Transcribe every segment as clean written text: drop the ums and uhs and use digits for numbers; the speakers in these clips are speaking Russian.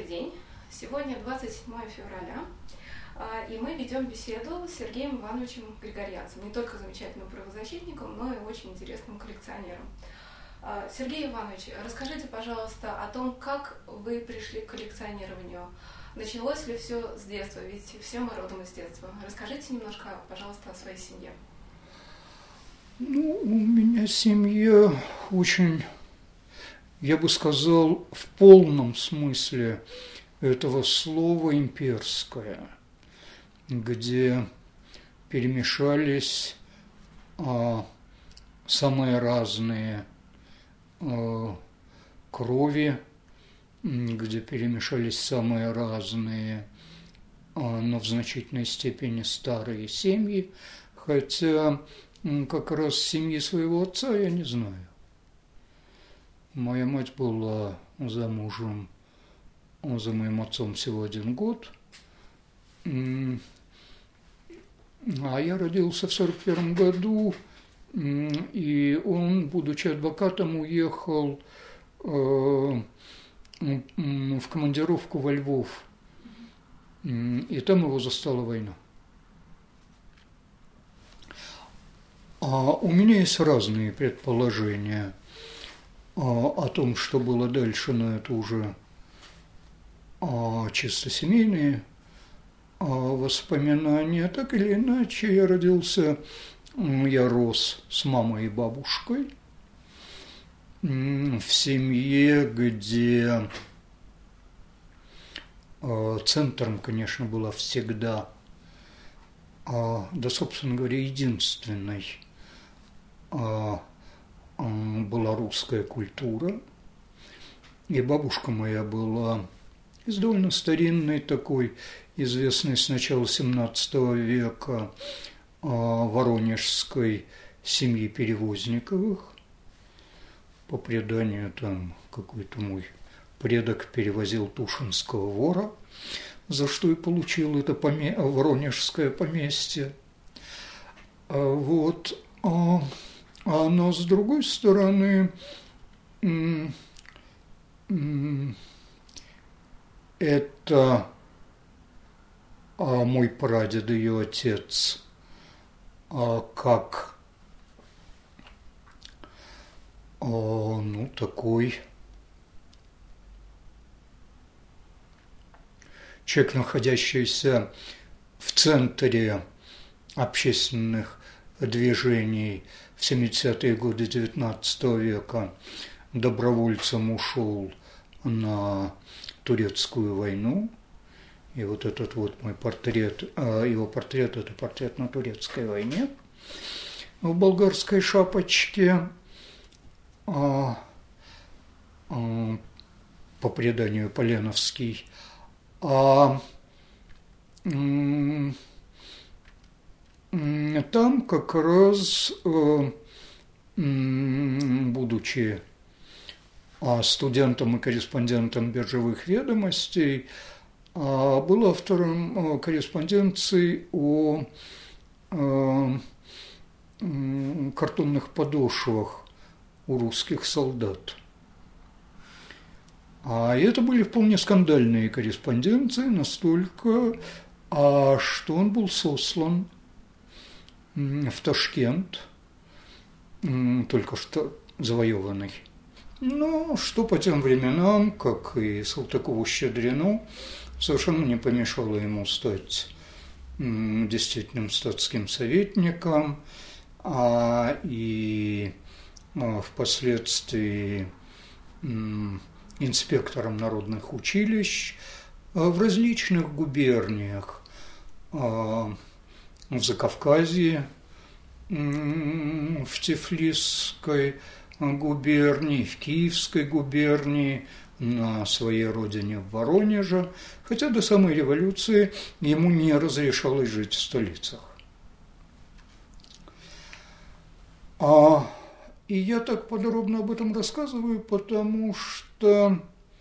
день. Сегодня 27 февраля, и мы ведем беседу с Сергеем Ивановичем Григорьянцем, не только замечательным правозащитником, но и очень интересным коллекционером. Сергей Иванович, расскажите, пожалуйста, о том, как вы пришли к коллекционированию. Началось ли все с детства? Ведь все мы родом из детства. Расскажите немножко, пожалуйста, о своей семье. У меня семья очень, я бы сказал, в полном смысле этого слова имперская, где перемешались самые разные крови, где перемешались самые разные, но в значительной степени старые семьи, хотя как раз семьи своего отца я не знаю. Моя мать была замужем за моим отцом всего 1 год, а я родился в 1941 году, и он, будучи адвокатом, уехал в командировку во Львов, и там его застала война. У меня есть разные предположения о том, что было дальше, но это уже чисто семейные воспоминания. Так или иначе, я рос с мамой и бабушкой в семье, где центром, конечно, была всегда, да, собственно говоря, единственной была русская культура. И бабушка моя была из довольно старинной такой, известной с начала XVII века воронежской семьи Перевозниковых. По преданию, там какой-то мой предок перевозил тушинского вора, за что и получил это воронежское поместье. Вот. Но с другой стороны, это мой прадед, ее отец, как такой человек, находящийся в центре общественных движений в 70-е годы XIX века, добровольцем ушел на турецкую войну. И вот этот вот мой портрет, его портрет – это портрет на турецкой войне в болгарской шапочке. По преданию Поленовский. Там как раз, будучи студентом и корреспондентом биржевых ведомостей, был автором корреспонденции о картонных подошвах у русских солдат. И это были вполне скандальные корреспонденции, настолько, что он был сослан в Ташкент, только что завоеванный. Но что по тем временам, как и Салтыкову-Щедрину, совершенно не помешало ему стать действительным статским советником, и впоследствии инспектором народных училищ в различных губерниях, в Закавказье, в Тифлисской губернии, в Киевской губернии, на своей родине в Воронеже, хотя до самой революции ему не разрешалось жить в столицах. И я так подробно об этом рассказываю, потому что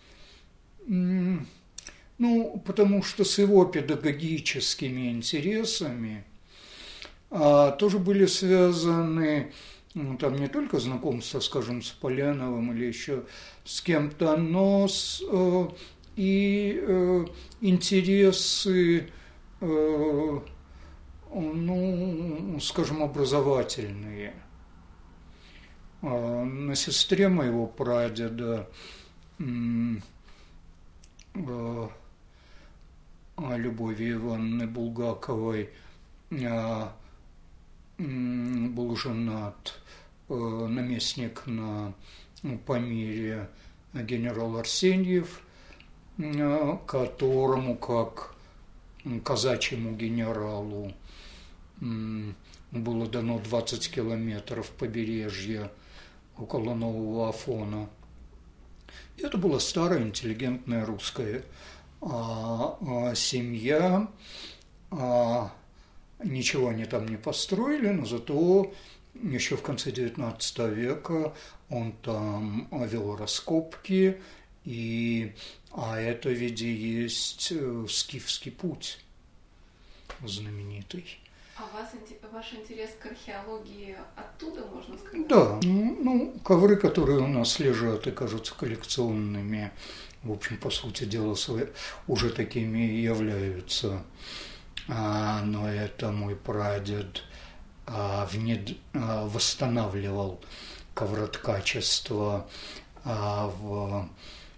с его педагогическими интересами тоже были связаны там не только знакомство, скажем, с Поляновым или еще с кем-то, но с и интересы, ну, скажем, образовательные. На сестре моего прадеда Любови Ивановны Булгаковой был женат наместник на Памире генерал Арсеньев, которому, как казачьему генералу, было дано 20 километров побережья около Нового Афона. И это была старая интеллигентная русская семья. Ничего они там не построили, но зато еще в конце XIX века он там вел раскопки, это ведь и есть скифский путь знаменитый. Ваш интерес к археологии оттуда, можно сказать? Да, ну, ковры, которые у нас лежат и кажутся коллекционными, в общем, по сути дела, уже такими и являются. Но это мой прадед восстанавливал ковроткачество в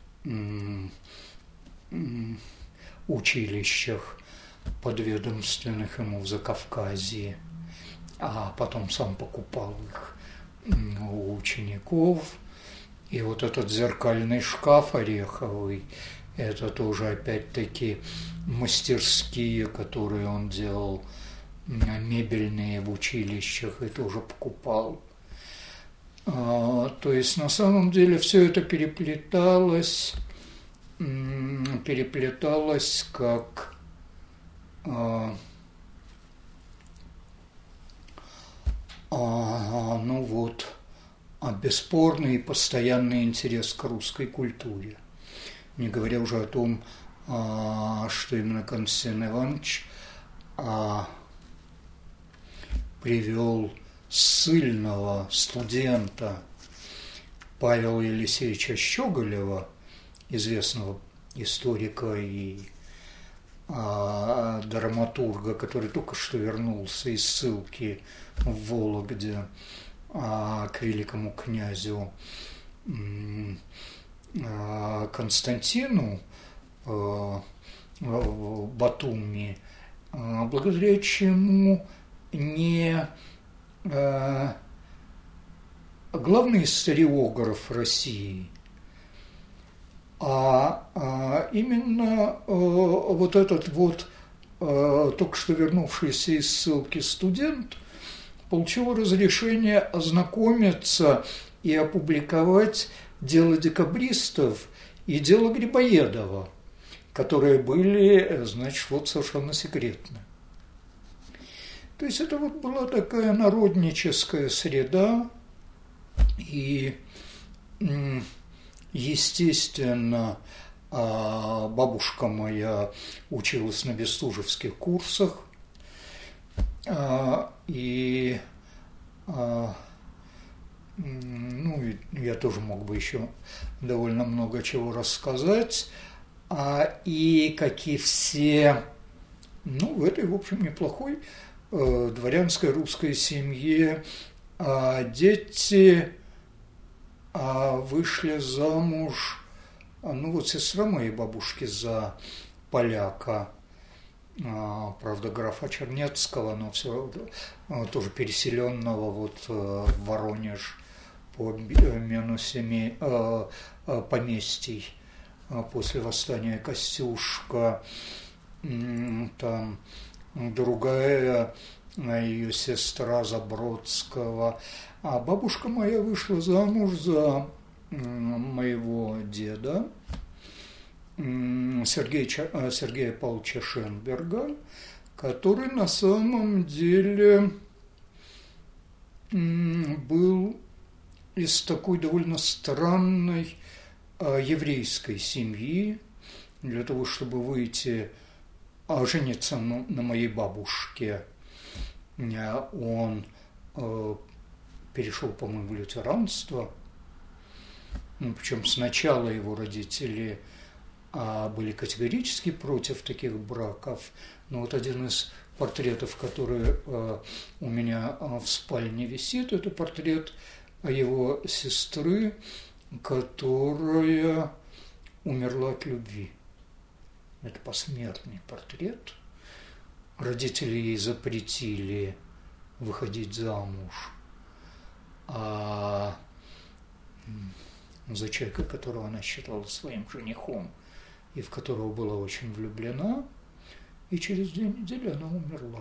училищах подведомственных ему в Закавказье, а потом сам покупал их у учеников. И вот этот зеркальный шкаф ореховый, это тоже опять-таки мастерские, которые он делал, мебельные в училищах, и тоже покупал. То есть на самом деле все это переплеталось как ну вот, бесспорный и постоянный интерес к русской культуре. Не говоря уже о том, что именно Константин Иванович привел ссыльного студента Павела Елисеевича Щеголева, известного историка и драматурга, который только что вернулся из ссылки в Вологде к великому князю Константину Батуми, благодаря чему не главный историограф России, именно вот этот вот только что вернувшийся из ссылки студент получил разрешение ознакомиться и опубликовать дело декабристов и дело Грибоедова, которые были, значит, вот совершенно секретны. То есть это вот была такая народническая среда, и, естественно, бабушка моя училась на бестужевских курсах, и ну, я тоже мог бы еще довольно много чего рассказать, и как и все, ну, в этой, в общем, неплохой дворянской русской семье дети вышли замуж, ну, вот сестра моей бабушки за поляка, правда, графа Чернецкого, но все тоже переселенного вот в Воронеж по обмену поместий после восстания Костюшка. Там другая ее сестра Забродского. А бабушка моя вышла замуж за моего деда Сергея Павловича Шенберга, который на самом деле был из такой довольно странной еврейской семьи. Для того, чтобы выйти, жениться на моей бабушке, он перешел, по-моему, в лютеранство. Причем сначала его родители были категорически против таких браков. Но вот один из портретов, который у меня в спальне висит, это портрет его сестры, которая умерла от любви. Это посмертный портрет. Родители ей запретили выходить замуж за человека, которого она считала своим женихом и в которого была очень влюблена, и через 2 недели она умерла.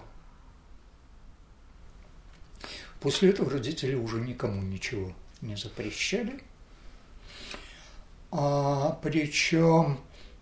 После этого родители уже никому ничего не запрещали. Причем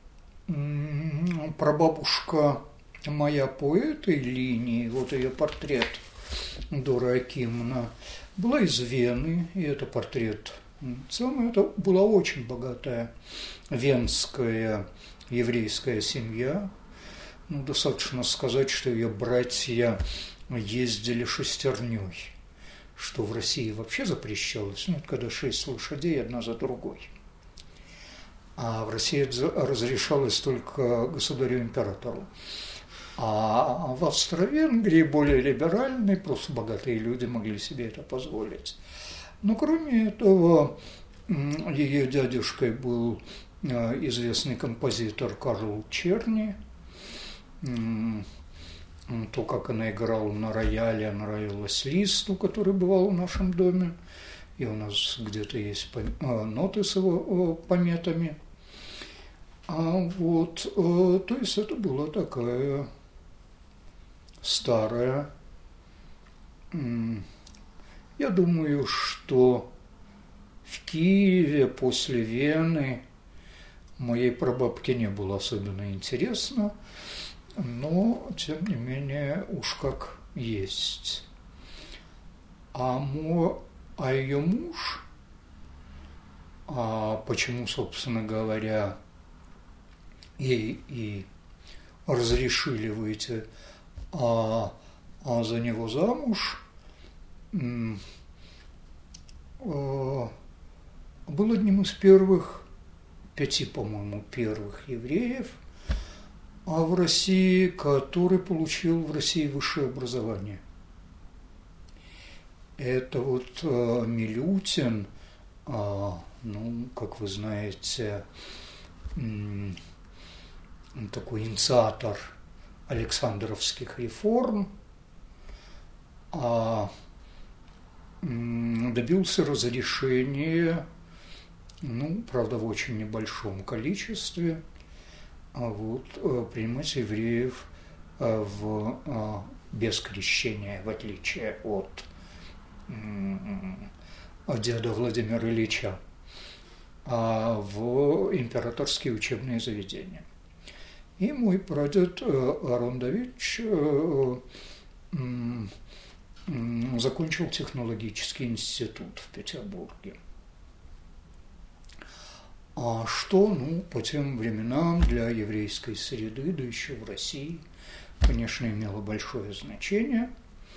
прабабушка моя по этой линии, вот ее портрет Дора Акимовна, была из Вены, и это портрет самый. Это была очень богатая венская еврейская семья. Достаточно сказать, что ее братья ездили шестерней, что в России вообще запрещалось, когда 6 лошадей одна за другой. А в России разрешалось только государю-императору. А в Австро-Венгрии более либеральные, просто богатые люди могли себе это позволить. Но кроме этого, ее дядюшкой был известный композитор Карл Черни. То, как она играла на рояле, нравилось Листу, который бывал в нашем доме. И у нас где-то есть ноты с его пометами. То есть это была такая старая. Я думаю, что в Киеве после Вены моей прабабке не было особенно интересно, но, тем не менее, уж как есть. А ее муж, почему, собственно говоря, ей и разрешили выйти за него замуж, был одним из первых, 5, по-моему, первых евреев в России, который получил в России высшее образование. Это вот Милютин, как вы знаете, такой инициатор Александровских реформ, добился разрешения, правда, в очень небольшом количестве, принимать евреев без крещения, в отличие от деда Владимира Ильича, в императорские учебные заведения. И мой прадед Арон Давидович закончил технологический институт в Петербурге. Что, по тем временам для еврейской среды, да еще в России, конечно, имело большое значение.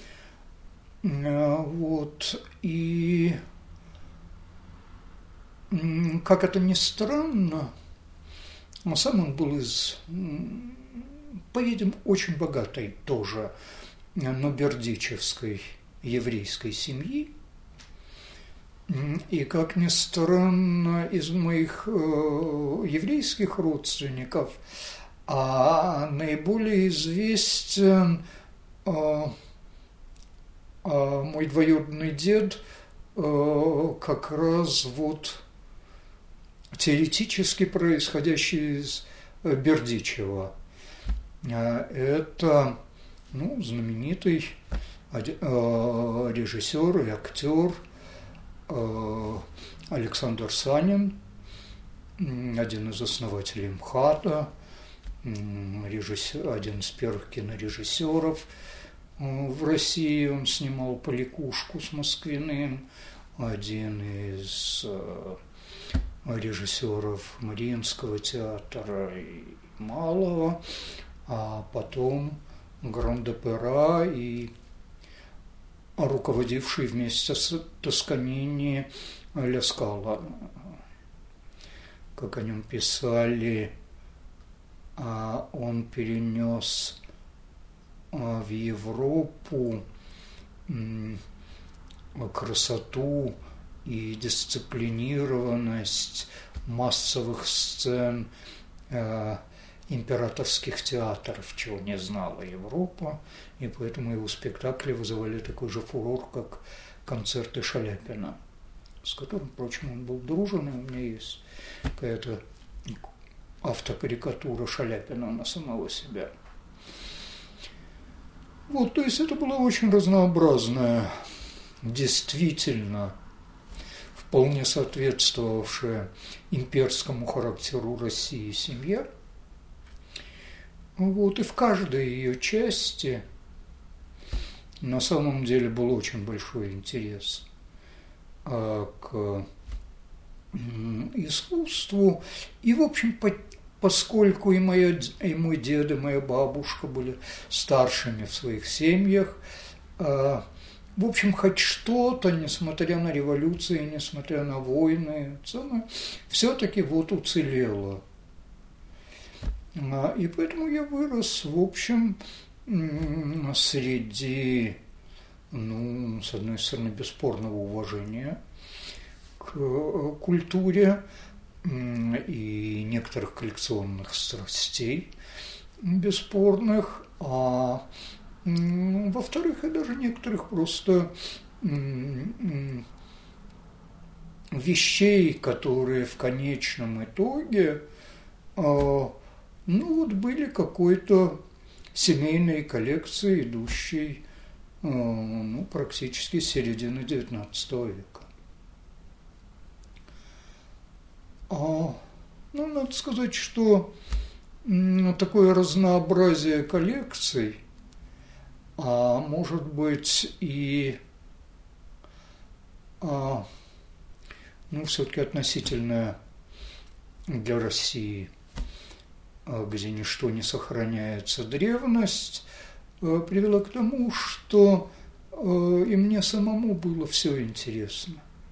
И, как это ни странно, сам он был из, по-видимому, очень богатой тоже, но бердичевской еврейской семьи. И, как ни странно, из моих еврейских родственников наиболее известен мой двоюродный дед, как раз теоретически происходящий из Бердичева. Это знаменитый режиссер и актер Александр Санин, один из основателей МХАТа, один из первых кинорежиссеров в России. Он снимал «Поликушку» с Москвиным, один из режиссеров Мариинского театра и Малого, а потом Гранд-Опера и руководивший вместе с Тосканини Ля Скала, как о нем писали, он перенес в Европу красоту и дисциплинированность массовых сцен императорских театров, чего не знала Европа, и поэтому его спектакли вызывали такой же фурор, как концерты Шаляпина, с которым, впрочем, он был дружен, и у меня есть какая-то автокарикатура Шаляпина на самого себя. Вот, то есть это была очень разнообразная, действительно вполне соответствовавшая имперскому характеру России семья. Вот, и в каждой ее части на самом деле был очень большой интерес к искусству. И, в общем, поскольку и мой дед, и моя бабушка были старшими в своих семьях, в общем, хоть что-то, несмотря на революции, несмотря на войны, все-таки вот уцелело. И поэтому я вырос, в общем, среди, с одной стороны, бесспорного уважения к культуре и некоторых коллекционных страстей бесспорных, а во-вторых, и даже некоторых просто вещей, которые в конечном итоге были какой-то семейной коллекцией, идущей практически с середины XIX века. Надо сказать, что такое разнообразие коллекций, может быть и все-таки относительная для России, где ничто не сохраняется, древность, привела к тому, что и мне самому было все интересно.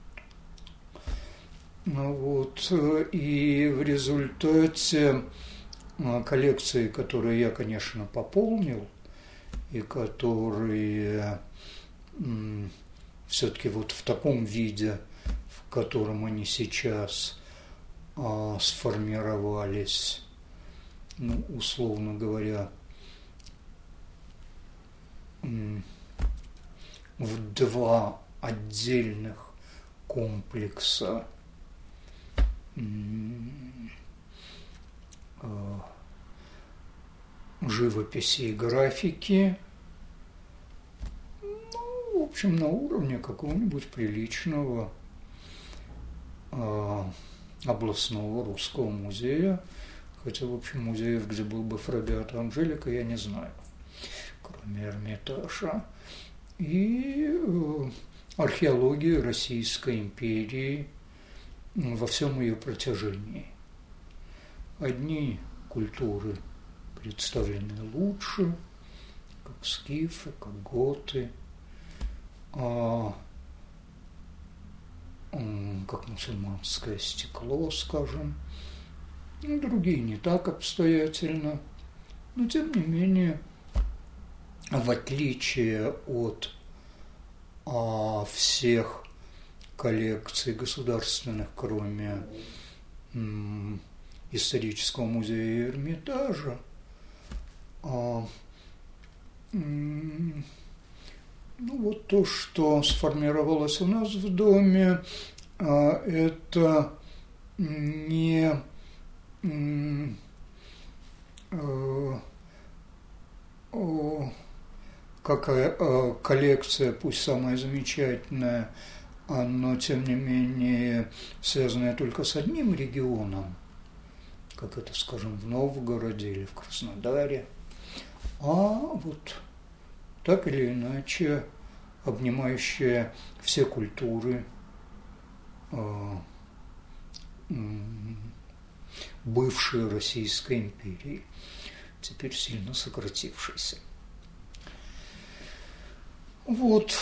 И в результате коллекции, которые я, конечно, пополнил, и которые все-таки вот в таком виде, в котором они сейчас сформировались, условно говоря, в два отдельных комплекса живописи и графики, в общем, на уровне какого-нибудь приличного областного русского музея, хотя, в общем, музеев, где был бы Фрабиат и Анжелика, я не знаю, кроме Эрмитажа. И археологии Российской империи во всем ее протяжении. Одни культуры представлены лучше, как скифы, как готы, как мусульманское стекло, скажем. Другие не так обстоятельно, но тем не менее, в отличие от всех коллекций государственных, кроме исторического музея и Эрмитажа, то, что сформировалось у нас в доме, это не какая коллекция, пусть самая замечательная, но тем не менее связанная только с одним регионом, как это, скажем, в Новгороде или в Краснодаре, вот так или иначе обнимающая все культуры бывшей Российской империи, теперь сильно сократившейся. Вот.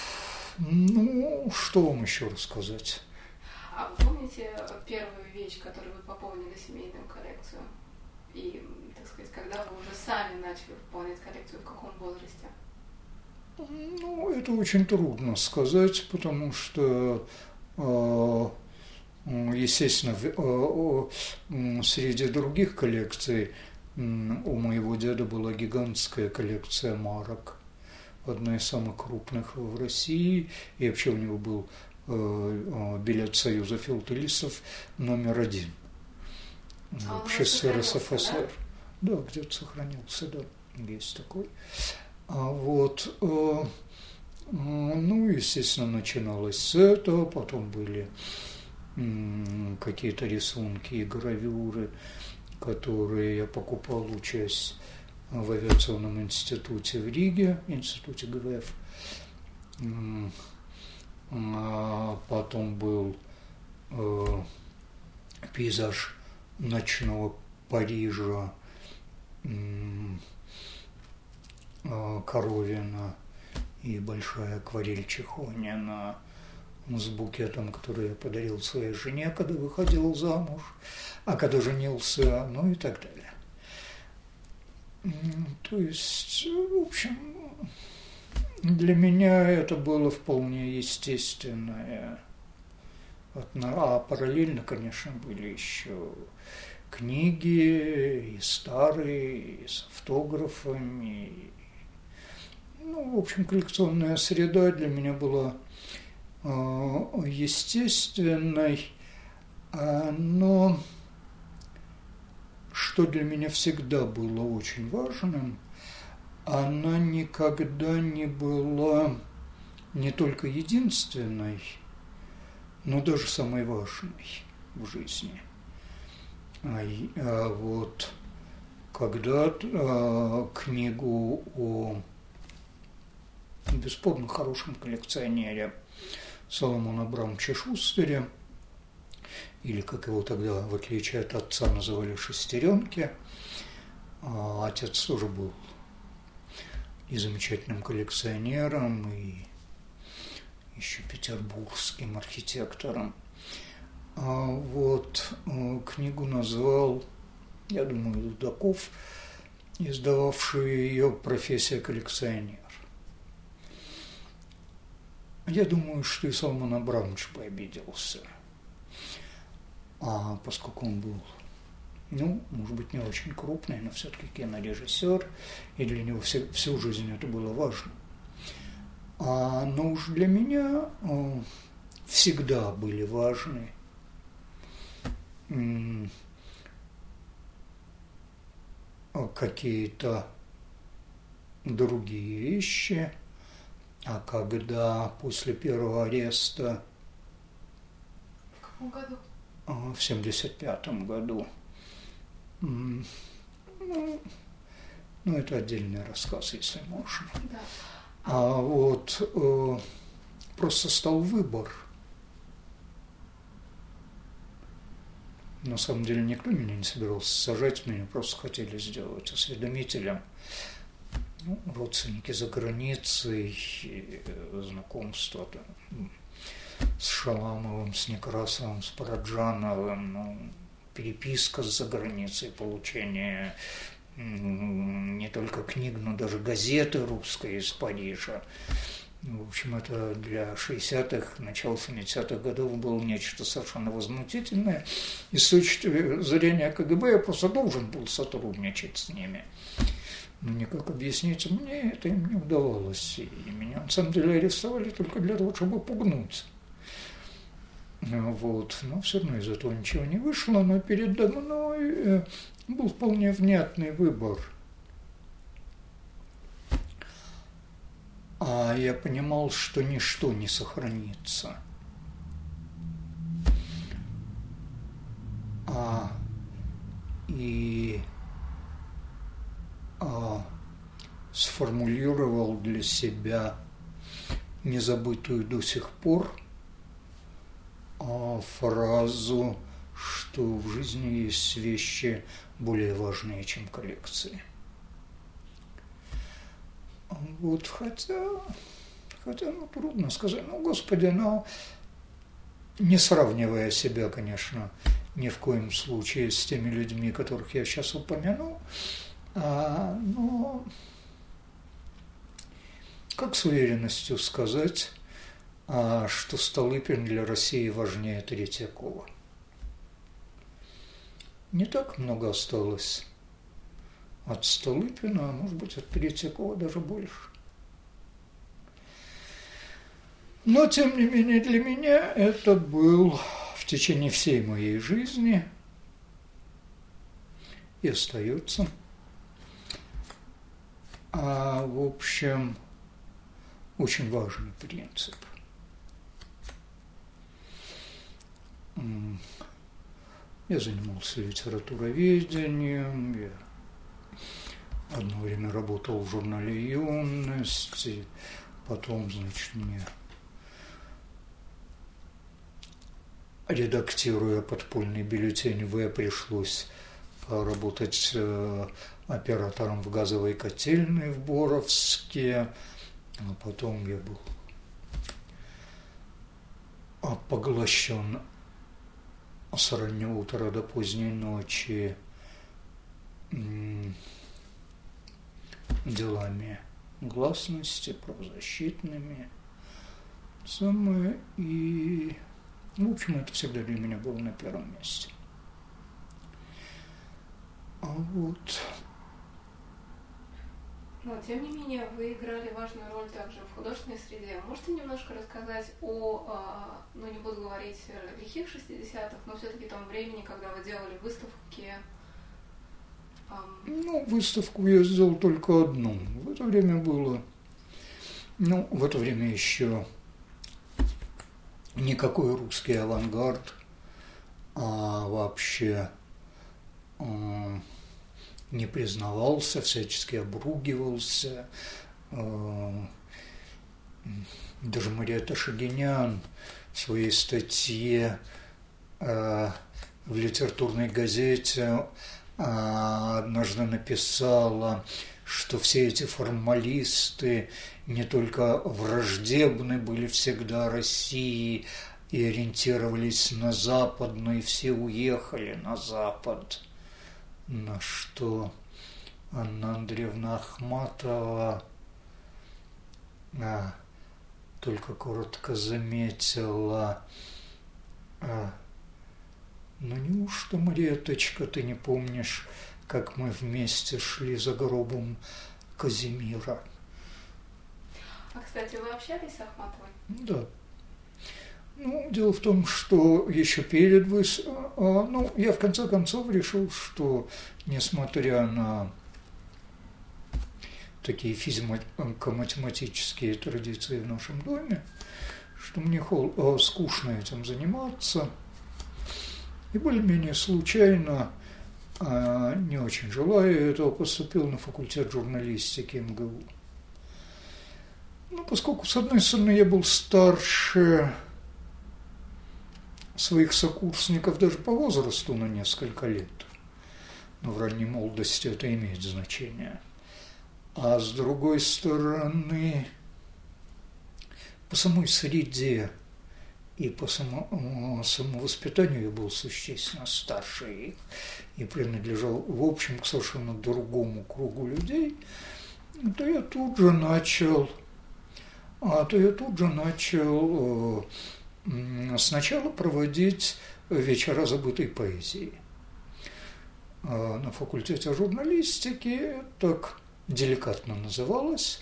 Что вам еще рассказать? А помните первую вещь, которую вы пополнили семейную коллекцию? И, так сказать, когда сами начали пополнять коллекцию, в каком возрасте? Ну, это очень трудно сказать, потому что, естественно, среди других коллекций у моего деда была гигантская коллекция марок, одна из самых крупных в России, и вообще у него был билет Союза филателистов номер 1 в СССР, СФСР. Да, где-то сохранился, да, есть такой. Вот, ну, естественно, начиналось с этого, потом были какие-то рисунки и гравюры, которые я покупал, учась в авиационном институте в Риге, институте ГВФ. Потом был пейзаж ночного Парижа Коровина и большая акварель Чехонина с букетом, который я подарил своей жене, когда выходил замуж, а когда женился, ну и так далее. То есть, в общем, для меня это было вполне естественное. А параллельно, конечно, были еще книги, и старые, и с автографами. Ну, в общем, коллекционная среда для меня была естественной, но что для меня всегда было очень важным, она никогда не была не только единственной, но даже самой важной в жизни. Вот когда книгу о бесспорно хорошем коллекционере Соломона Абрамовича Шустере, или, как его тогда, в отличие от отца, называли «шестеренки», отец тоже был и замечательным коллекционером, и еще петербургским архитектором. Вот книгу назвал, я думаю, Дудаков, издававший ее «Профессия коллекционер». Я думаю, что и Соломон Абрамович бы обиделся, поскольку он был, ну, может быть, не очень крупный, но все-таки кинорежиссер, и для него всю жизнь это было важно. Но уж для меня всегда были важны какие-то другие вещи. А когда после первого ареста в каком году? В 1975 году, ну, это отдельный рассказ, если можно. Да. Вот просто стал выбор. На самом деле никто меня не собирался сажать, меня просто хотели сделать осведомителем. Ну, родственники за границей, знакомства там, с Шаламовым, с Некрасовым, с Параджановым, ну, переписка за границей, получение не только книг, но даже газеты русской из Парижа. В общем, это для 60-х, начала 70-х годов было нечто совершенно возмутительное. И с точки зрения КГБ я просто должен был сотрудничать с ними. Но никак объяснить мне это им не удавалось. И меня, на самом деле, арестовали только для того, чтобы пугнуть. Вот. Но все равно из этого ничего не вышло. Но передо мной был вполне внятный выбор. Я понимал, что ничто не сохранится. И сформулировал для себя незабытую до сих пор фразу, что в жизни есть вещи более важные, чем коллекции. Вот, хотя, ну, трудно сказать, Господи, не сравнивая себя, конечно, ни в коем случае с теми людьми, которых я сейчас упомянул, Но как с уверенностью сказать, что Столыпин для России важнее Третьякова? Не так много осталось от Столыпина, а может быть от Третьякова даже больше. Но, тем не менее, для меня это был в течение всей моей жизни и остается. В общем, очень важный принцип. Я занимался литературоведением, я одно время работал в журнале «Юность», потом, значит, мне, редактируя подпольный бюллетень «В», пришлось работать оператором в газовой котельной в Боровске, а потом я был поглощен с раннего утра до поздней ночи делами гласности, правозащитными. И, в общем, это всегда для меня было на первом месте. Но, тем не менее, вы играли важную роль также в художественной среде. Можете немножко рассказать о, не буду говорить лихих 60-х, но все-таки том времени, когда вы делали выставки? Выставку я сделал только одну. В это время было, в это время еще никакой русский авангард вообще не признавался, всячески обругивался. Даже Мариэтта Шагинян в своей статье в литературной газете однажды написала, что все эти формалисты не только враждебны были всегда России и ориентировались на Запад, но и все уехали на Запад. На что Анна Андреевна Ахматова только коротко заметила: неужто, Мариэточка, ты не помнишь, как мы вместе шли за гробом Казимира? Кстати, вы общались с Ахматовой? Да. Дело в том, что еще перед я в конце концов решил, что, несмотря на такие физико-математические традиции в нашем доме, что мне скучно этим заниматься, и более-менее случайно, не очень желая этого, поступил на факультет журналистики МГУ. Поскольку, с одной стороны, я был старше своих сокурсников даже по возрасту на несколько лет, но в ранней молодости это имеет значение. А с другой стороны, по самой среде и по самовоспитанию я был существенно старше их и принадлежал, в общем, к совершенно другому кругу людей, то я тут же начал сначала проводить вечера забытой поэзии. На факультете журналистики так деликатно называлось,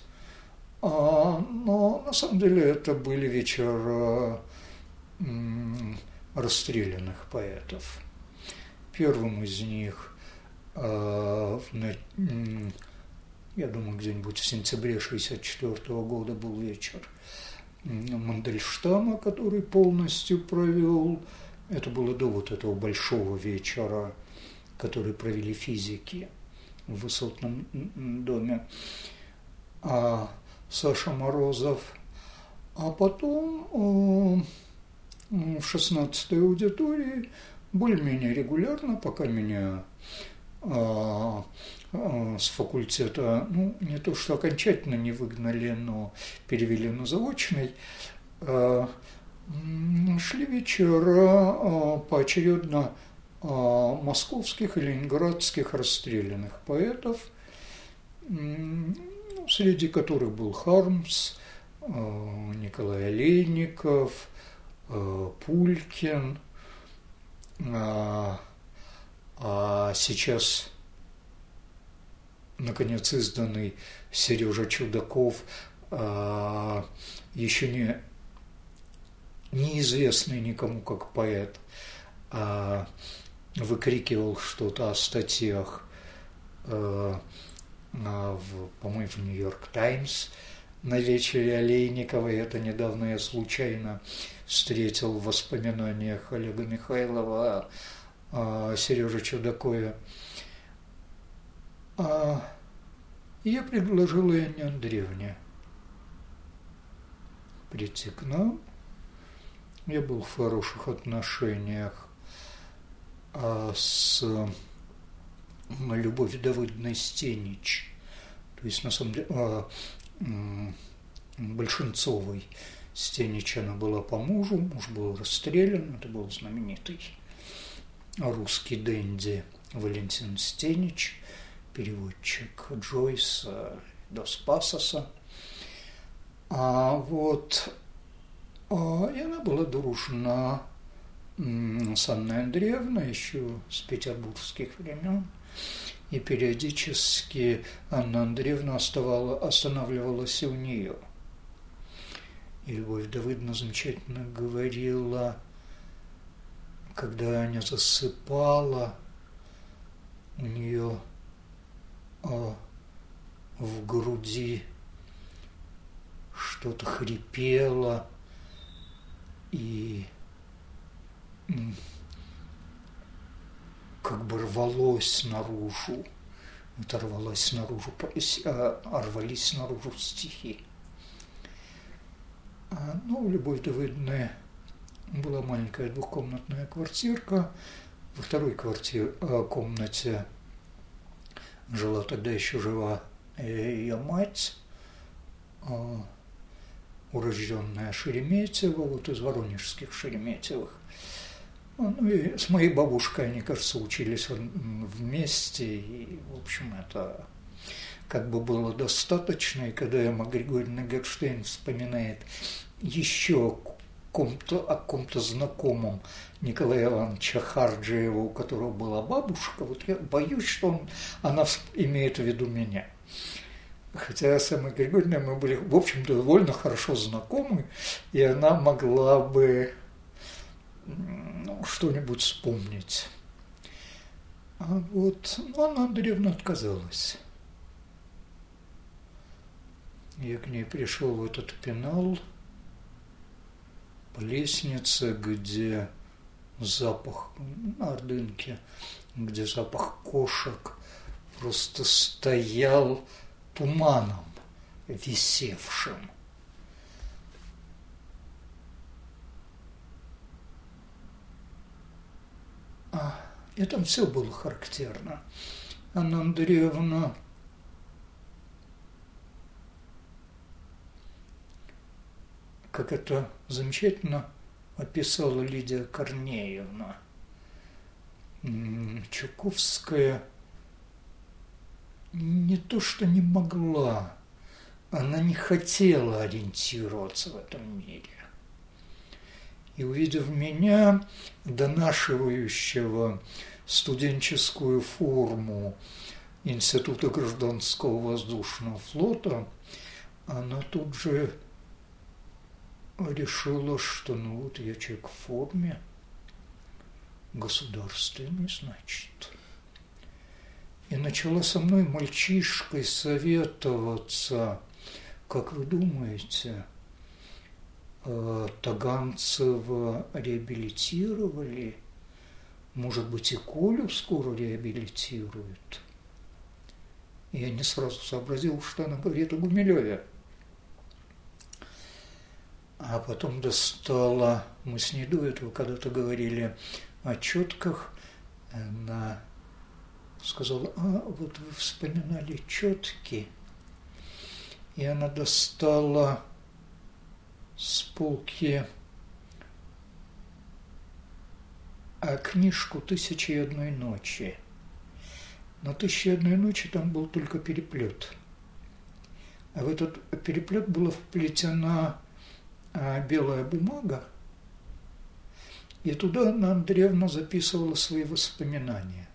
но на самом деле это были вечера расстрелянных поэтов. Первым из них, я думаю, где-нибудь в сентябре 1964 года был вечер Мандельштама, который полностью провел. Это было до этого большого вечера, который провели физики в Высотном доме. Саша Морозов. А потом в 16-й аудитории более-менее регулярно, пока меня с факультета, не то что окончательно не выгнали, но перевели на заочный, шли вечера поочередно московских и ленинградских расстрелянных поэтов. среди которых был Хармс, Николай Олейников, Пулькин, а сейчас, наконец, изданный Сережа Чудаков, еще неизвестный никому как поэт, выкрикивал что-то о статьях, по-моему, в «Нью-Йорк Таймс» на вечере Олейникова. И это недавно я случайно встретил в воспоминаниях Олега Михайлова о Сереже Чудакове. Я предложил Анне Андреевне прийти к нам. Я был в хороших отношениях с Любовью Давыдовной Стенич, то есть, на самом деле, Большинцовой. Стенич она была по мужу, муж был расстрелян, это был знаменитый русский денди Валентин Стенич, переводчик Джойса, Дос Пасоса. И она была дружна с Анной Андреевной еще с петербургских времен. И периодически Анна Андреевна останавливалась у нее. И Любовь Давыдовна замечательно говорила, когда Аня засыпала, у нее в груди что-то хрипело и как бы рвалось наружу, рвались наружу стихи. У Любовь Давыдовны была маленькая двухкомнатная квартирка. Во второй комнате жила тогда еще жива ее мать, урожденная Шереметьева, из воронежских Шереметьевых. И с моей бабушкой они, кажется, учились вместе, и, в общем, это как бы было достаточно. И когда Эмма Григорьевна Герштейн вспоминает еще о ком-то знакомом Николая Ивановича Харджиева, у которого была бабушка, я боюсь, что она имеет в виду меня. Хотя с Эммой Григорьевной мы были, в общем, довольно хорошо знакомы, и она могла бы что-нибудь вспомнить. Анна Андреевна отказалась. Я к ней пришел в этот пенал по лестнице, где запах, на Ордынке, где запах кошек просто стоял туманом висевшим. И там все было характерно. Анна Андреевна как это замечательно описала Лидия Корнеевна, Чуковская не то что не могла, она не хотела ориентироваться в этом мире. И увидев меня, донашивающего студенческую форму Института гражданского воздушного флота, она тут же решила, что я человек в форме, государственный, значит. И начала со мной мальчишкой советоваться. Как вы думаете, Таганцева реабилитировали? Может быть, и Колю скоро реабилитируют? И я не сразу сообразил, что она говорит о Гумилеве. А потом достала, мы с ней до этого когда-то говорили о четках, она сказала: вот вы вспоминали четки. И она достала с полки книжку «1001 ночи». На «Тысяче и одной ночи» там был только переплет. А в этот переплет была вплетена белая бумага, и туда Анна Андреевна записывала свои воспоминания.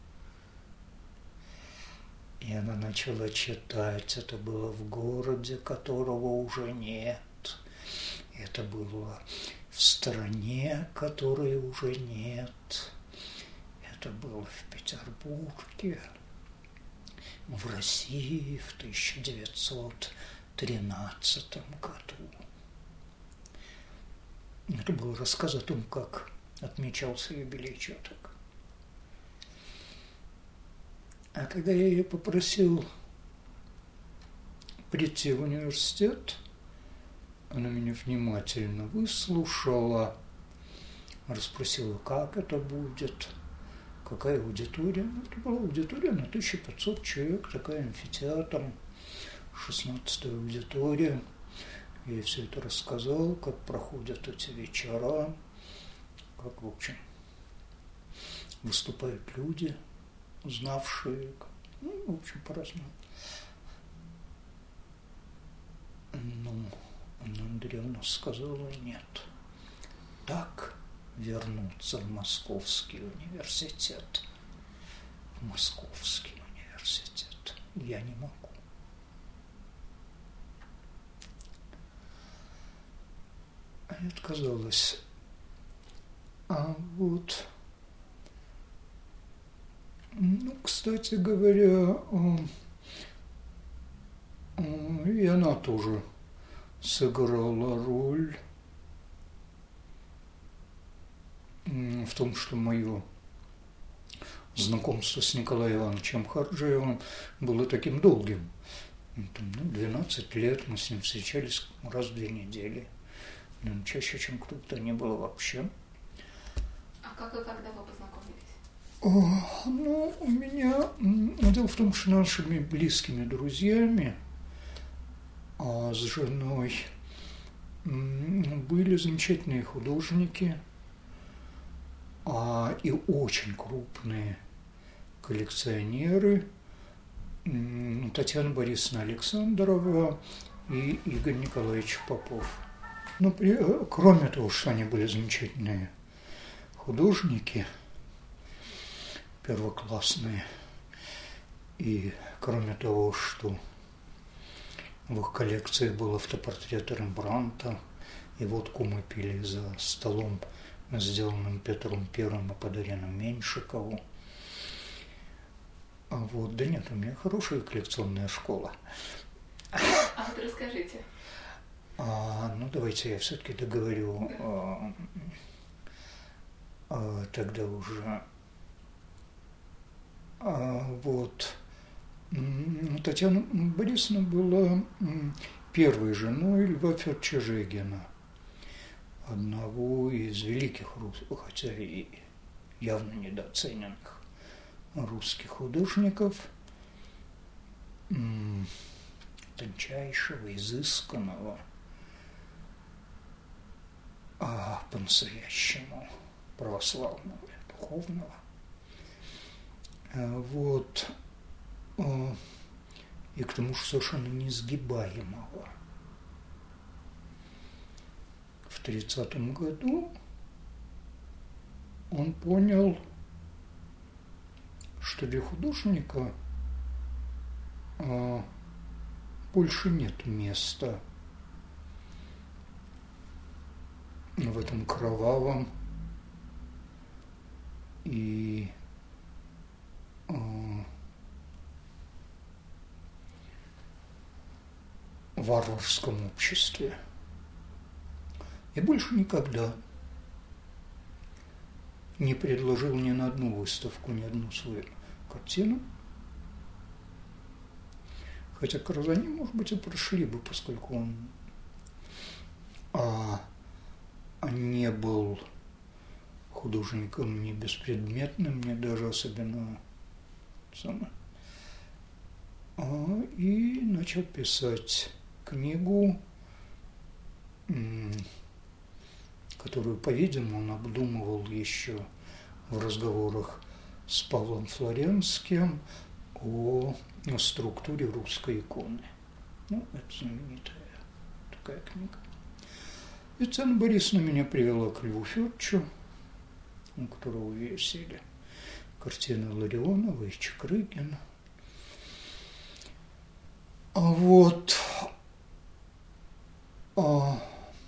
И она начала читать. Это было в городе, которого уже нет. Это было в стране, которой уже нет. Это было в Петербурге, в России в 1913 году. Это был рассказ о том, как отмечался юбилей четок. А когда я ее попросил прийти в университет, она меня внимательно выслушала, расспросила, как это будет, какая аудитория. Это была аудитория на 1500 человек, такая амфитеатром, 16-я аудитория. Я ей все это рассказал, как проходят эти вечера, как, в общем, выступают люди, знавшие, в общем, по-разному. Ну, Анна Андреевна сказала, нет, так вернуться в Московский университет, я не могу. А я отказалась. А вот, кстати говоря, и она тоже сыграла роль в том, что мое знакомство с Николаем Ивановичем Харджиевым было таким долгим. 12 лет мы с ним встречались раз в 2 недели. Чаще, чем кто-то не было вообще. А как и когда вы познакомились? У меня... Дело в том, что нашими близкими друзьями с женой были замечательные художники и очень крупные коллекционеры. Татьяна Борисовна Александрова и Игорь Николаевич Попов. Кроме того, что они были замечательные художники, первоклассные, и кроме того, что в их коллекции был автопортрет Рембрандта, и водку мы пили за столом, сделанным Петром Первым и подаренным Меньшикову. Да нет, у меня хорошая коллекционная школа. А вот расскажите. Давайте я все-таки договорю тогда уже. Татьяна Борисовна была первой женой Льва Федоровича Жегина, одного из великих русских, хотя и явно недооцененных русских художников, тончайшего, изысканного, по-настоящему православного, духовного. И к тому же совершенно несгибаемого. В 30-м году он понял, что для художника больше нет места в этом кровавом и варварском обществе. И больше никогда не предложил ни на одну выставку, ни одну свою картину. Хотя Карзани, может быть, и прошли бы, поскольку он не был художником ни беспредметным, ни даже особенно и начал писать книгу, которую, по-видимому, он обдумывал еще в разговорах с Павлом Флоренским о структуре русской иконы. Ну, это знаменитая такая книга. И Татьяна Борисовна меня привела к Льву Федоровичу, у которого висели картины Ларионова и Чекрыгина. Вот. А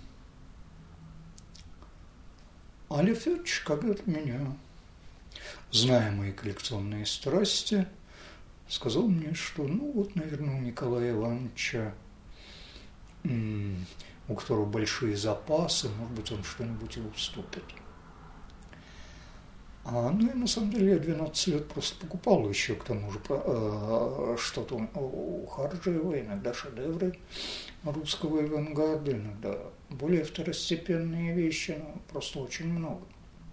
Лев Федорович, когда-то меня, зная мои коллекционные страсти, сказал мне, что, ну, вот, наверное, у Николая Ивановича, у которого большие запасы, может быть, он что-нибудь и уступит. Ну и на самом деле я 12 лет просто покупал еще к тому же что-то у Харджиева, иногда шедевры русского авангарда, иногда более второстепенные вещи, но просто очень много.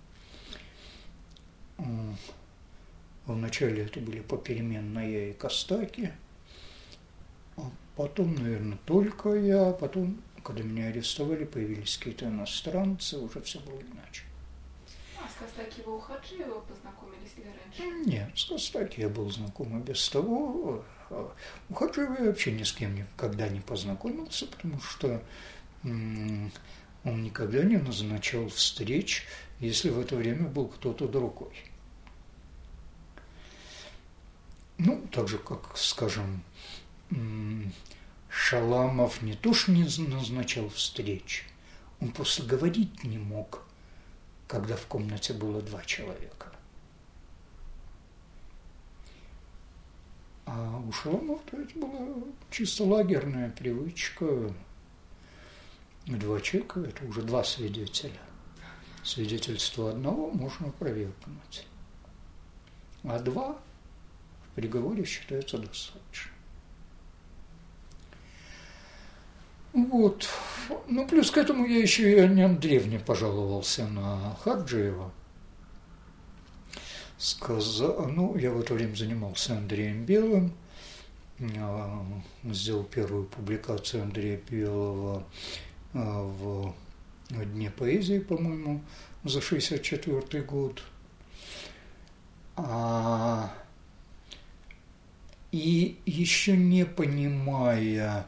Вначале это были попеременно я и Костаки, а потом, наверное, только я, потом, когда меня арестовали, появились какие-то иностранцы, уже все было иначе. А с Костаки вы у Хаджиева познакомились или раньше? Нет, с Костаки я был знаком и без того. У Хаджиева я вообще ни с кем никогда не познакомился, потому что он никогда не назначал встреч, если в это время был кто-то другой. Ну, так же, как, скажем, Шаламов не то что не назначал встреч, он просто говорить не мог, когда в комнате было 2 человека. А у Шаламова это была чисто лагерная привычка. 2 человека – это уже 2 свидетеля. Свидетельство одного можно опровергнуть, а 2 в приговоре считаются достаточно. Вот. Ну, плюс к этому я еще и Анне Андреевне пожаловался на Харджиева. Ну, я в это время занимался Андреем Белым, сделал первую публикацию Андрея Белого в Дне поэзии, по-моему, за 1964 год. И еще не понимая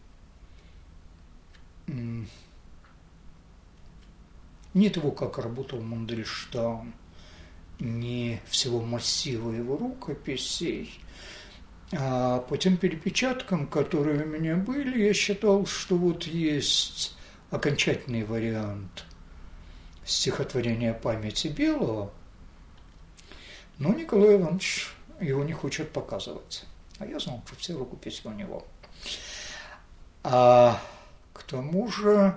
ни того, как работал Мандельштам, ни всего массива его рукописей, а по тем перепечаткам, которые у меня были, я считал, что вот есть окончательный вариант стихотворения «Памяти Белого», но Николай Иванович его не хочет показывать. А я знал, что все рукописи у него. А к тому же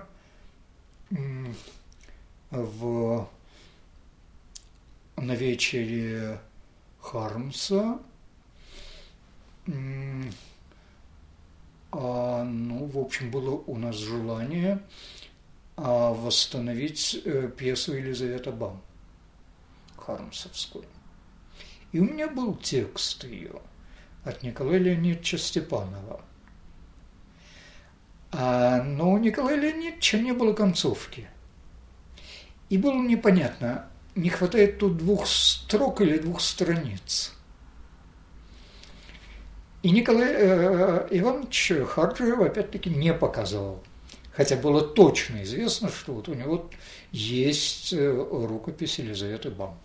на вечере Хармса в общем, было у нас желание восстановить пьесу Елизавета Бам хармсовскую. И у меня был текст ее от Николая Леонидовича Степанова. Но у Николая Леонидовича не было концовки. И было непонятно, не хватает тут 2 строк или 2 страниц. И Николай Иванович Харджиев опять-таки не показывал. Хотя было точно известно, что вот у него есть рукопись Елизаветы Бам.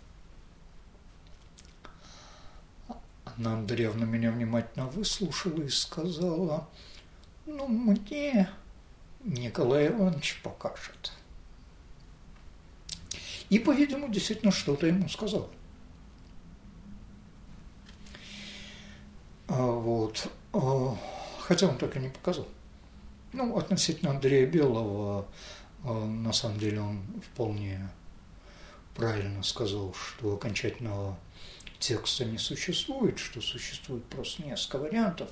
Анна Андреевна меня внимательно выслушала и сказала: ну, мне Николай Иванович покажет. И, по-видимому, действительно что-то ему сказал. Вот. Хотя он так и не показал. Ну, относительно Андрея Белого, на самом деле он вполне правильно сказал, что окончательного текста не существует, что существует просто несколько вариантов.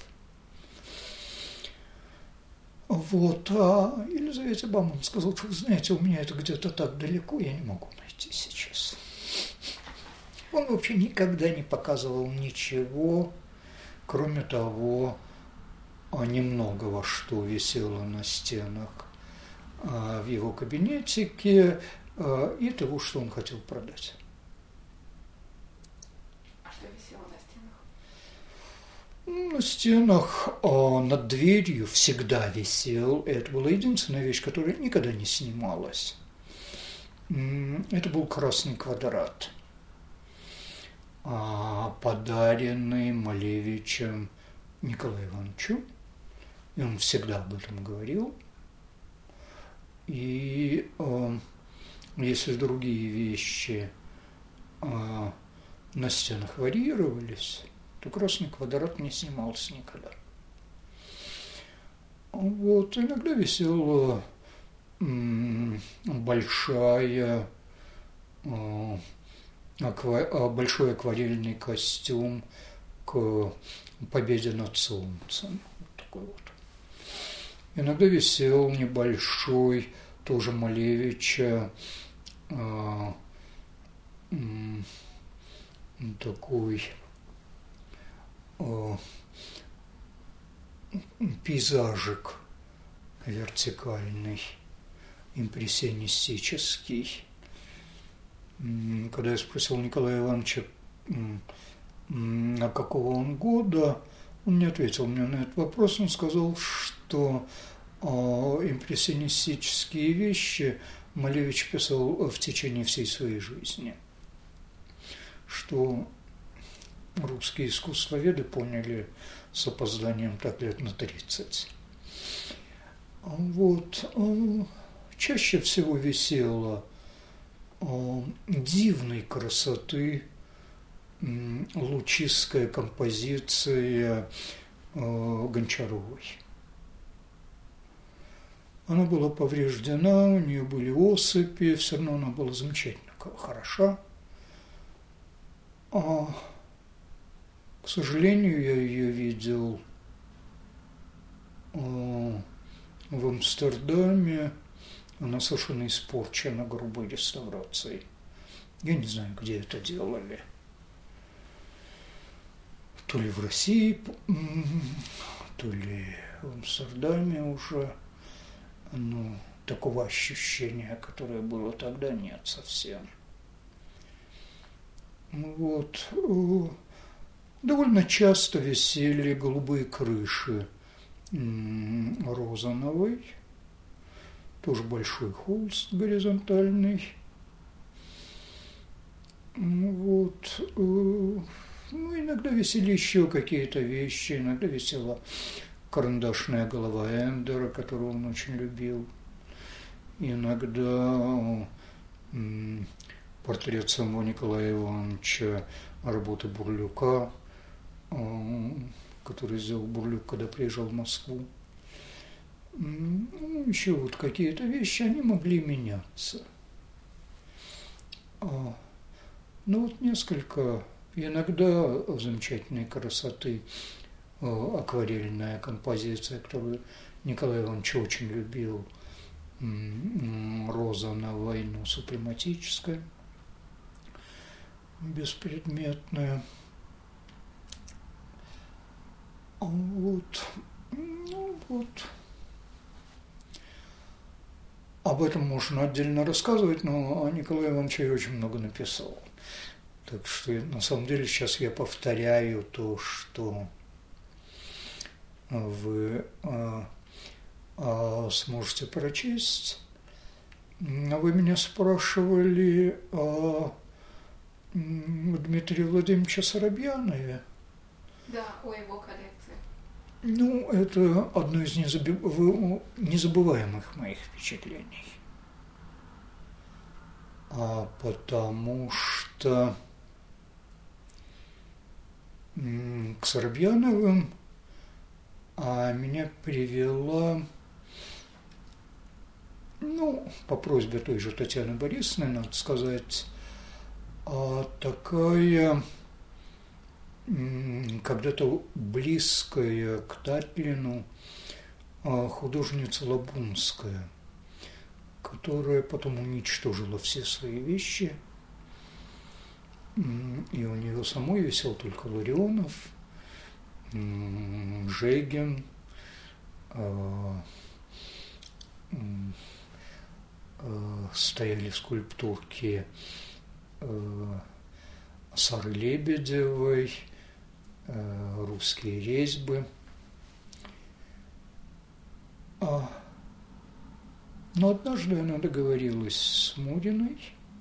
Вот. А Елизавете Бам он сказал, что, вы знаете, у меня это где-то так далеко, я не могу найти сейчас. Он вообще никогда не показывал ничего, кроме того немногого, что висело на стенах в его кабинетике, и того, что он хотел продать. На стенах над дверью всегда висел, это была единственная вещь, которая никогда не снималась. Это был красный квадрат, подаренный Малевичем Николаю Ивановичу, и он всегда об этом говорил. И если другие вещи на стенах варьировались, то красный квадрат не снимался никогда. Вот, иногда висела большой акварельный костюм к победе над солнцем. Вот такой вот. Иногда висел небольшой, тоже Малевича, такой пейзажик вертикальный, импрессионистический. Когда я спросил Николая Ивановича, какого он года, он не ответил мне на этот вопрос. Он сказал, что импрессионистические вещи Малевич писал в течение всей своей жизни, что русские искусствоведы поняли с опозданием так лет на 30. Вот. Чаще всего висела дивной красоты лучистская композиция Гончаровой. Она была повреждена, у нее были осыпи, все равно она была замечательно хороша. К сожалению, я ее видел в Амстердаме. Она совершенно испорчена грубой реставрацией. Я не знаю, где это делали. То ли в России, то ли в Амстердаме уже. Но такого ощущения, которое было тогда, нет совсем. Вот. Довольно часто висели голубые крыши Розановой, тоже большой холст горизонтальный. Вот. Иногда висели еще какие-то вещи, иногда висела карандашная голова Эндера, которую он очень любил. Иногда портрет самого Николая Ивановича, работы Бурлюка, который сделал Бурлюк, когда приезжал в Москву. Еще вот какие-то вещи, они могли меняться. Ну вот несколько, иногда замечательной красоты акварельная композиция, которую Николай Иванович очень любил, «Роза на войну», супрематическая, беспредметная. Вот. Вот. Об этом можно отдельно рассказывать, но о Николае Ивановиче я очень много написал. Так что, на самом деле, сейчас я повторяю то, что вы сможете прочесть. Вы меня спрашивали о Дмитрии Владимировиче Соробьянове. Да, о его коллекции. Ну, это одно из незабываемых моих впечатлений. Потому что к Соробьяновым меня привела, по просьбе той же Татьяны Борисовны, надо сказать, такая когда-то близкая к Татлину художница Лабунская, которая потом уничтожила все свои вещи, и у нее самой висел только Ларионов, Жегин, стояли скульптурки Сары Лебедевой, русские резьбы. Но однажды она договорилась с Муриной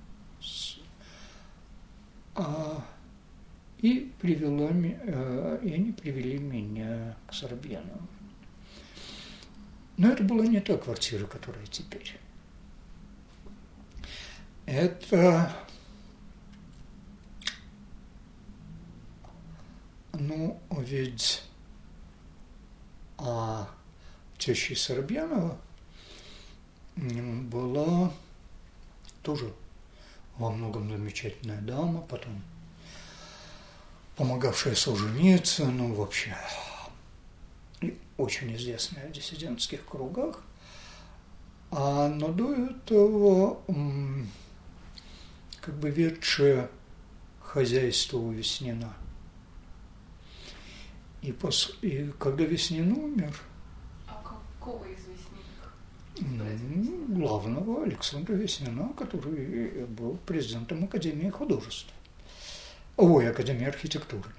и они привели меня к Сорбьянову. Но это была не та квартира, которая теперь. Это, ведь тещей Сорбьянова была тоже во многом замечательная дама, потом помогавшая Солженицыну, вообще очень известная в диссидентских кругах. Но до этого ведшая хозяйство у Веснина. И когда Веснин умер... А какого из Веснина? Главного Александра Веснина, который был президентом Академии художеств. Академии архитектуры.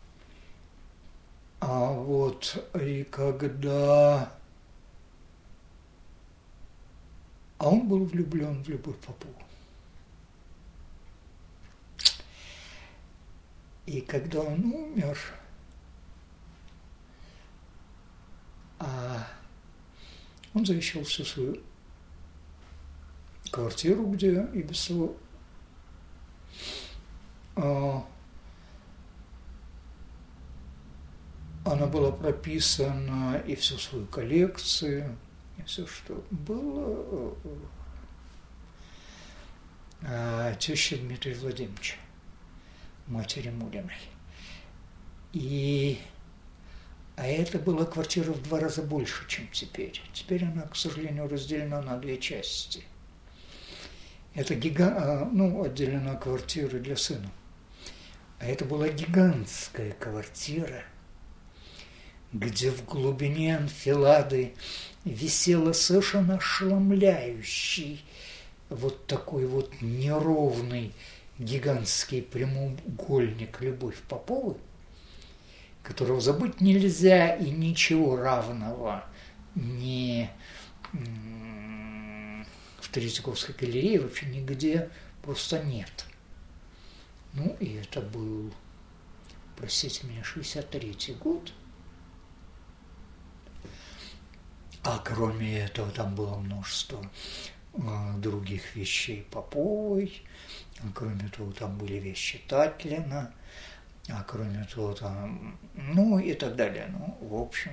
И когда... он был влюблен в Любовь Попову. И когда он умер, он завещал всю свою квартиру, где и без того она была прописана, и всю свою коллекцию, и все, что было, теще Дмитрия Владимировича, матери Муриной. А это была квартира в 2 раза больше, чем теперь. Теперь она, к сожалению, разделена на 2 части. Это отделена квартира для сына. А это была гигантская квартира, где в глубине анфилады висела совершенно ошеломляющий такой неровный гигантский прямоугольник Любовь Поповой, которого забыть нельзя, и ничего равного ни в Третьяковской галерее вообще нигде просто нет. И это был, простите меня, 63-й год. А кроме этого там было множество других вещей Поповой, кроме того там были вещи Татлина, а кроме того там, и так далее. В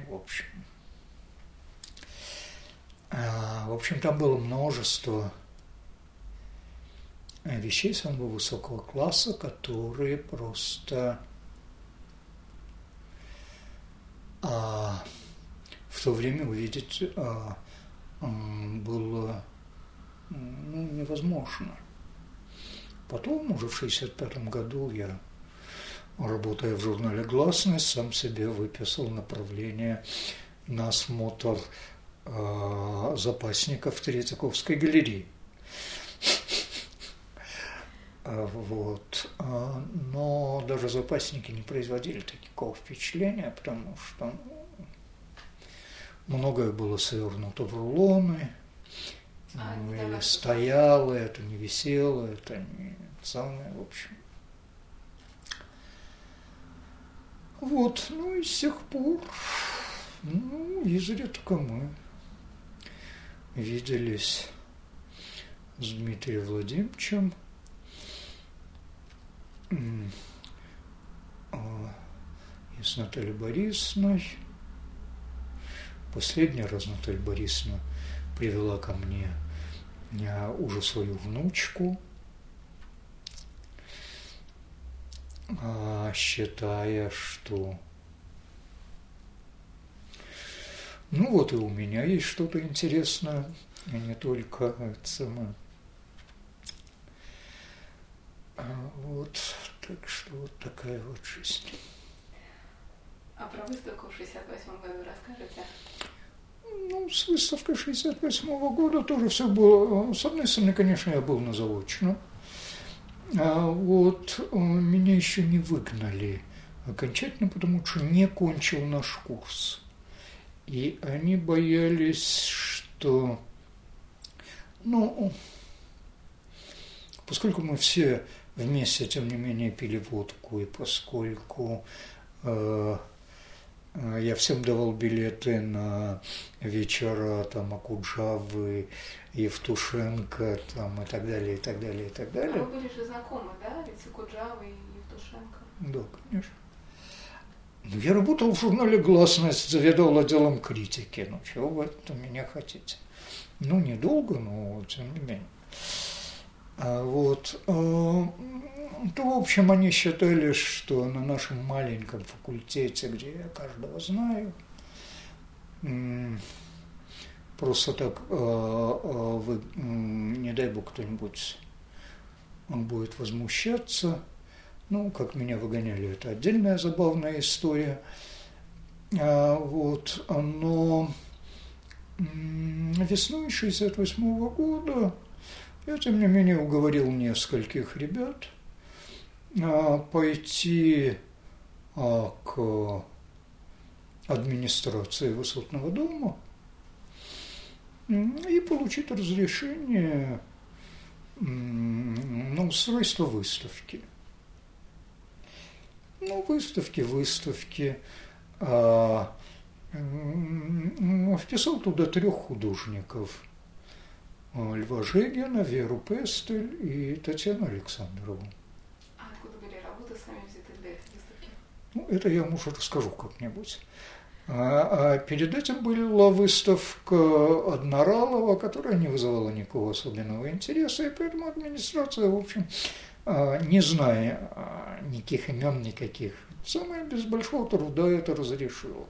общем, там было множество вещей самого высокого класса, которые просто в то время увидеть было невозможно. Потом, уже в 1965 году, я, работая в журнале «Гласность», сам себе выписал направление на осмотр запасников Третьяковской галереи. Но даже запасники не производили такого впечатления, потому что многое было свернуто в рулоны, или стояло, это не висело, это не самое, в общем. И с тех пор, изредка мы виделись с Дмитрием Владимировичем, и с Натальей Борисовной. Последний раз Наталья Борисовна привела ко мне уже свою внучку, считая, что и у меня есть что-то интересное, и не только это самое. Так что такая жизнь. А про выставку в 1968 году расскажете? С выставкой 1968 года тоже все было. С одной стороны, конечно, я был на заочном. Меня еще не выгнали окончательно, потому что не кончил наш курс. И они боялись, что, поскольку мы все вместе, тем не менее, пили водку, и поскольку я всем давал билеты на вечера там Окуджавы, Евтушенко там, и так далее, и так далее, и так далее. А вы были же знакомы, да, ведь с Окуджавой и Евтушенко? Да, конечно. Я работал в журнале «Гласность», заведовал отделом критики. Чего вы от меня хотите? Недолго, но тем не менее. То, в общем, они считали, что на нашем маленьком факультете, где я каждого знаю, просто так, не дай бог, кто-нибудь будет возмущаться. Как меня выгоняли, это отдельная забавная история. Но весной 1968 года я, тем не менее, уговорил нескольких ребят пойти к администрации Высотного дома и получить разрешение на устройство выставки. Выставки. Вписал туда 3 художников. Льва Жегина, Веру Пестель и Татьяну Александрову. А откуда были работы сами взяты для этой выставки? Это я вам уже расскажу как-нибудь. Перед этим была выставка Одноралова, которая не вызывала никакого особенного интереса, и поэтому администрация, в общем, не зная никаких имен, никаких, самое без большого труда это разрешила.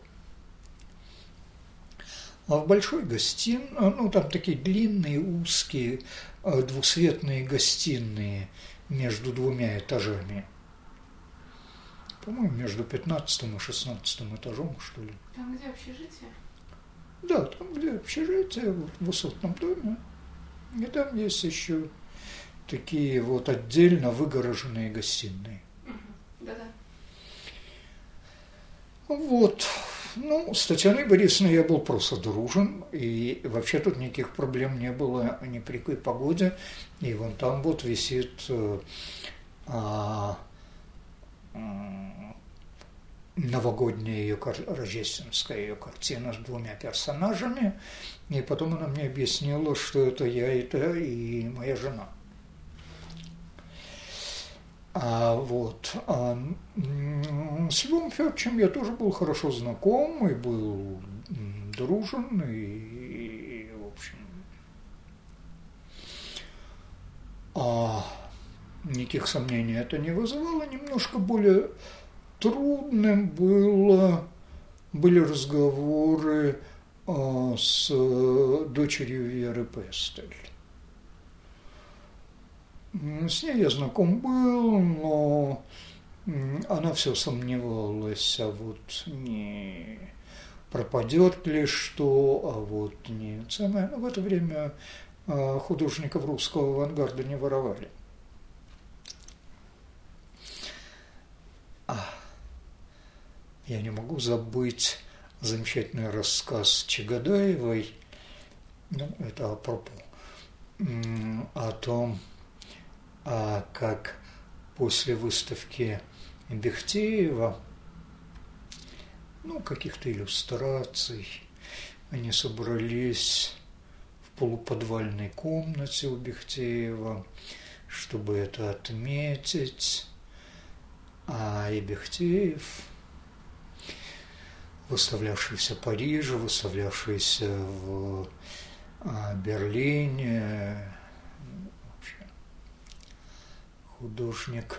А в большой гостиной, там такие длинные, узкие, двусветные гостиные между 2 этажами. По-моему, между 15 и 16 этажом, что ли. Там, где общежитие? Да, там, где общежитие, в Высотном доме. И там есть еще такие отдельно выгороженные гостиные. Да-да. С Татьяной Борисовной я был просто дружен, и вообще тут никаких проблем не было ни при какой погоде. И вон там висит новогодняя ее, рождественская ее картина с 2 персонажами, и потом она мне объяснила, что это я, это и моя жена. С Львом Федоровичем я тоже был хорошо знаком, и был дружен, и в общем, никаких сомнений это не вызывало. Немножко более трудным были разговоры с дочерью Веры Пестель. С ней я знаком был, но она все сомневалась, не пропадет ли что, не самое. В это время художников русского авангарда не воровали. Я не могу забыть замечательный рассказ Чагадаевой, это апропо, о том, как после выставки Бехтеева, каких-то иллюстраций, они собрались в полуподвальной комнате у Бехтеева, чтобы это отметить, и Бехтеев, выставлявшийся в Париже, выставлявшийся в Берлине, художник,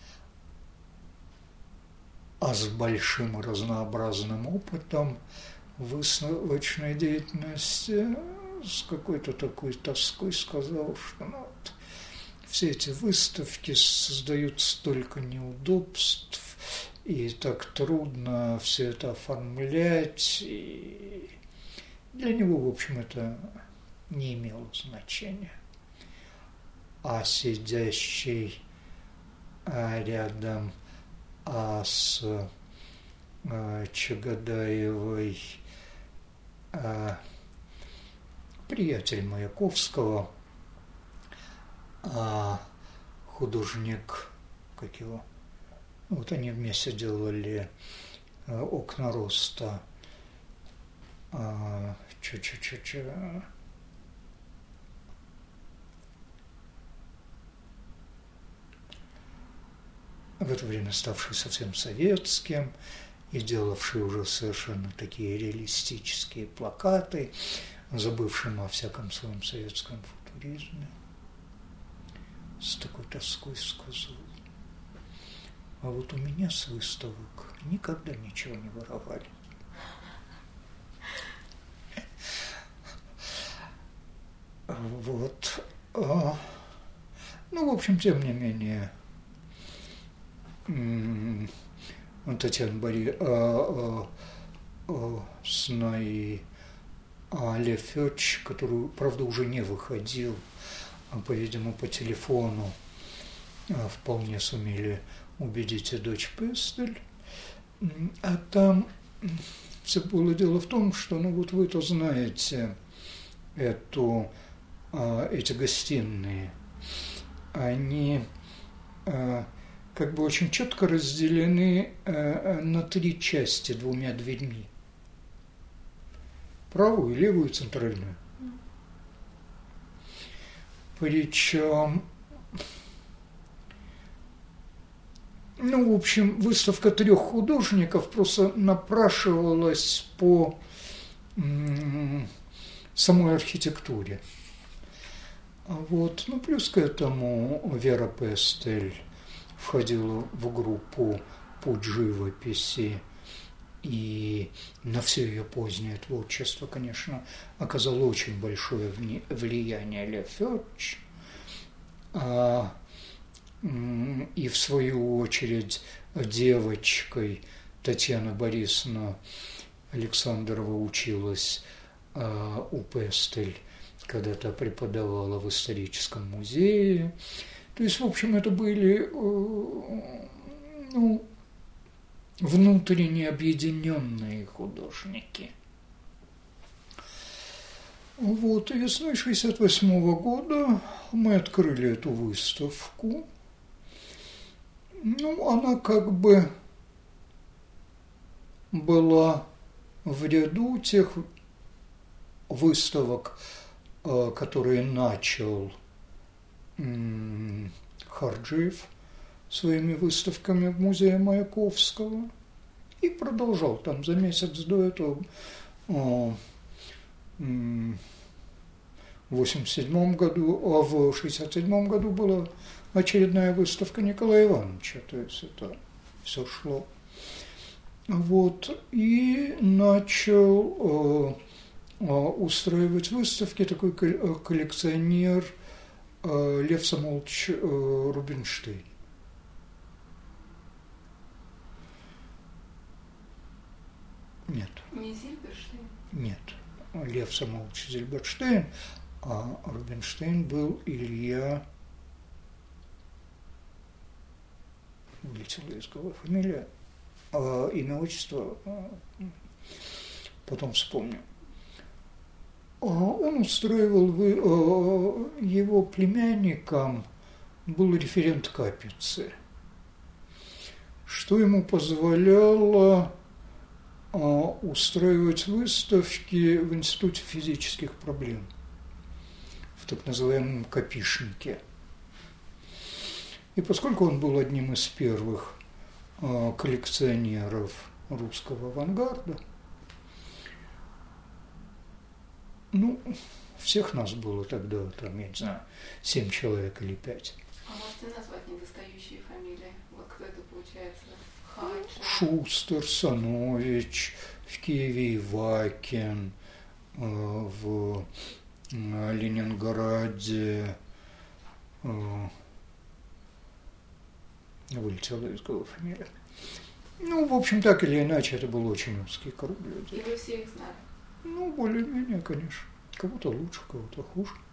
с большим разнообразным опытом выставочной деятельности, с какой-то такой тоской сказал, что все эти выставки создают столько неудобств, и так трудно все это оформлять, и для него, в общем, это не имело значения. А сидящий рядом а с Чагодаевой приятель Маяковского, художник, как его, вот они вместе делали «Окна роста». В это время ставший совсем советским и делавший уже совершенно такие реалистические плакаты, забывшим о всяком своем советском футуризме, с такой тоской сказал: а вот у меня с выставок никогда ничего не воровали. Вот. Ну, в общем, тем не менее, Татьяна Борисовна и Лев Федорович, который, правда, уже не выходил, по-видимому, по телефону, вполне сумели убедить и дочь Пестель. А там все было дело в том, что, ну вот вы-то знаете эти гостиные, они как бы очень четко разделены на три части двумя дверьми. Правую, левую и центральную. Причем, ну, в общем, выставка 3 художников просто напрашивалась по самой архитектуре. Вот. Ну, плюс к этому Вера Пестель входила в группу «Путь живописи», и на все ее позднее творчество, конечно, оказало очень большое влияние Лев Федорович. И в свою очередь девочкой Татьяна Борисовна Александрова училась у Пестель, когда-то преподавала в историческом музее. То есть, в общем, это были, ну, внутренне объединенные художники. Вот, и весной 1968 года мы открыли эту выставку. Ну, она как бы была в ряду тех выставок, которые начал Харджиев своими выставками в музее Маяковского и продолжал там за месяц до этого. В 1987 году, а в 1967 году была очередная выставка Николая Ивановича, то есть это все шло. Вот, и начал устраивать выставки такой коллекционер Лев Самойлович Рубинштейн. Нет. Не Зильберштейн? Нет. Лев Самойлович Зильберштейн, а Рубинштейн был Илья... Вылетела из головы фамилия. Имя, отчество потом вспомню. Он устраивал, его племянником был референт Капицы, что ему позволяло устраивать выставки в Институте физических проблем, в так называемом Капишнике. И поскольку он был одним из первых коллекционеров русского авангарда, ну, всех нас было тогда, там, я не знаю, 7 человек или 5. А можете назвать недостающие фамилии? Вот кто это получается? Хадж? Шустер, Санович, в Киеве Ивакин, в Ленинграде, вылетела из головы фамилия. Ну, в общем, так или иначе, это был очень узкий круг людей. И вы все их знали? Ну, более-менее, конечно. Кого-то лучше, кого-то хуже.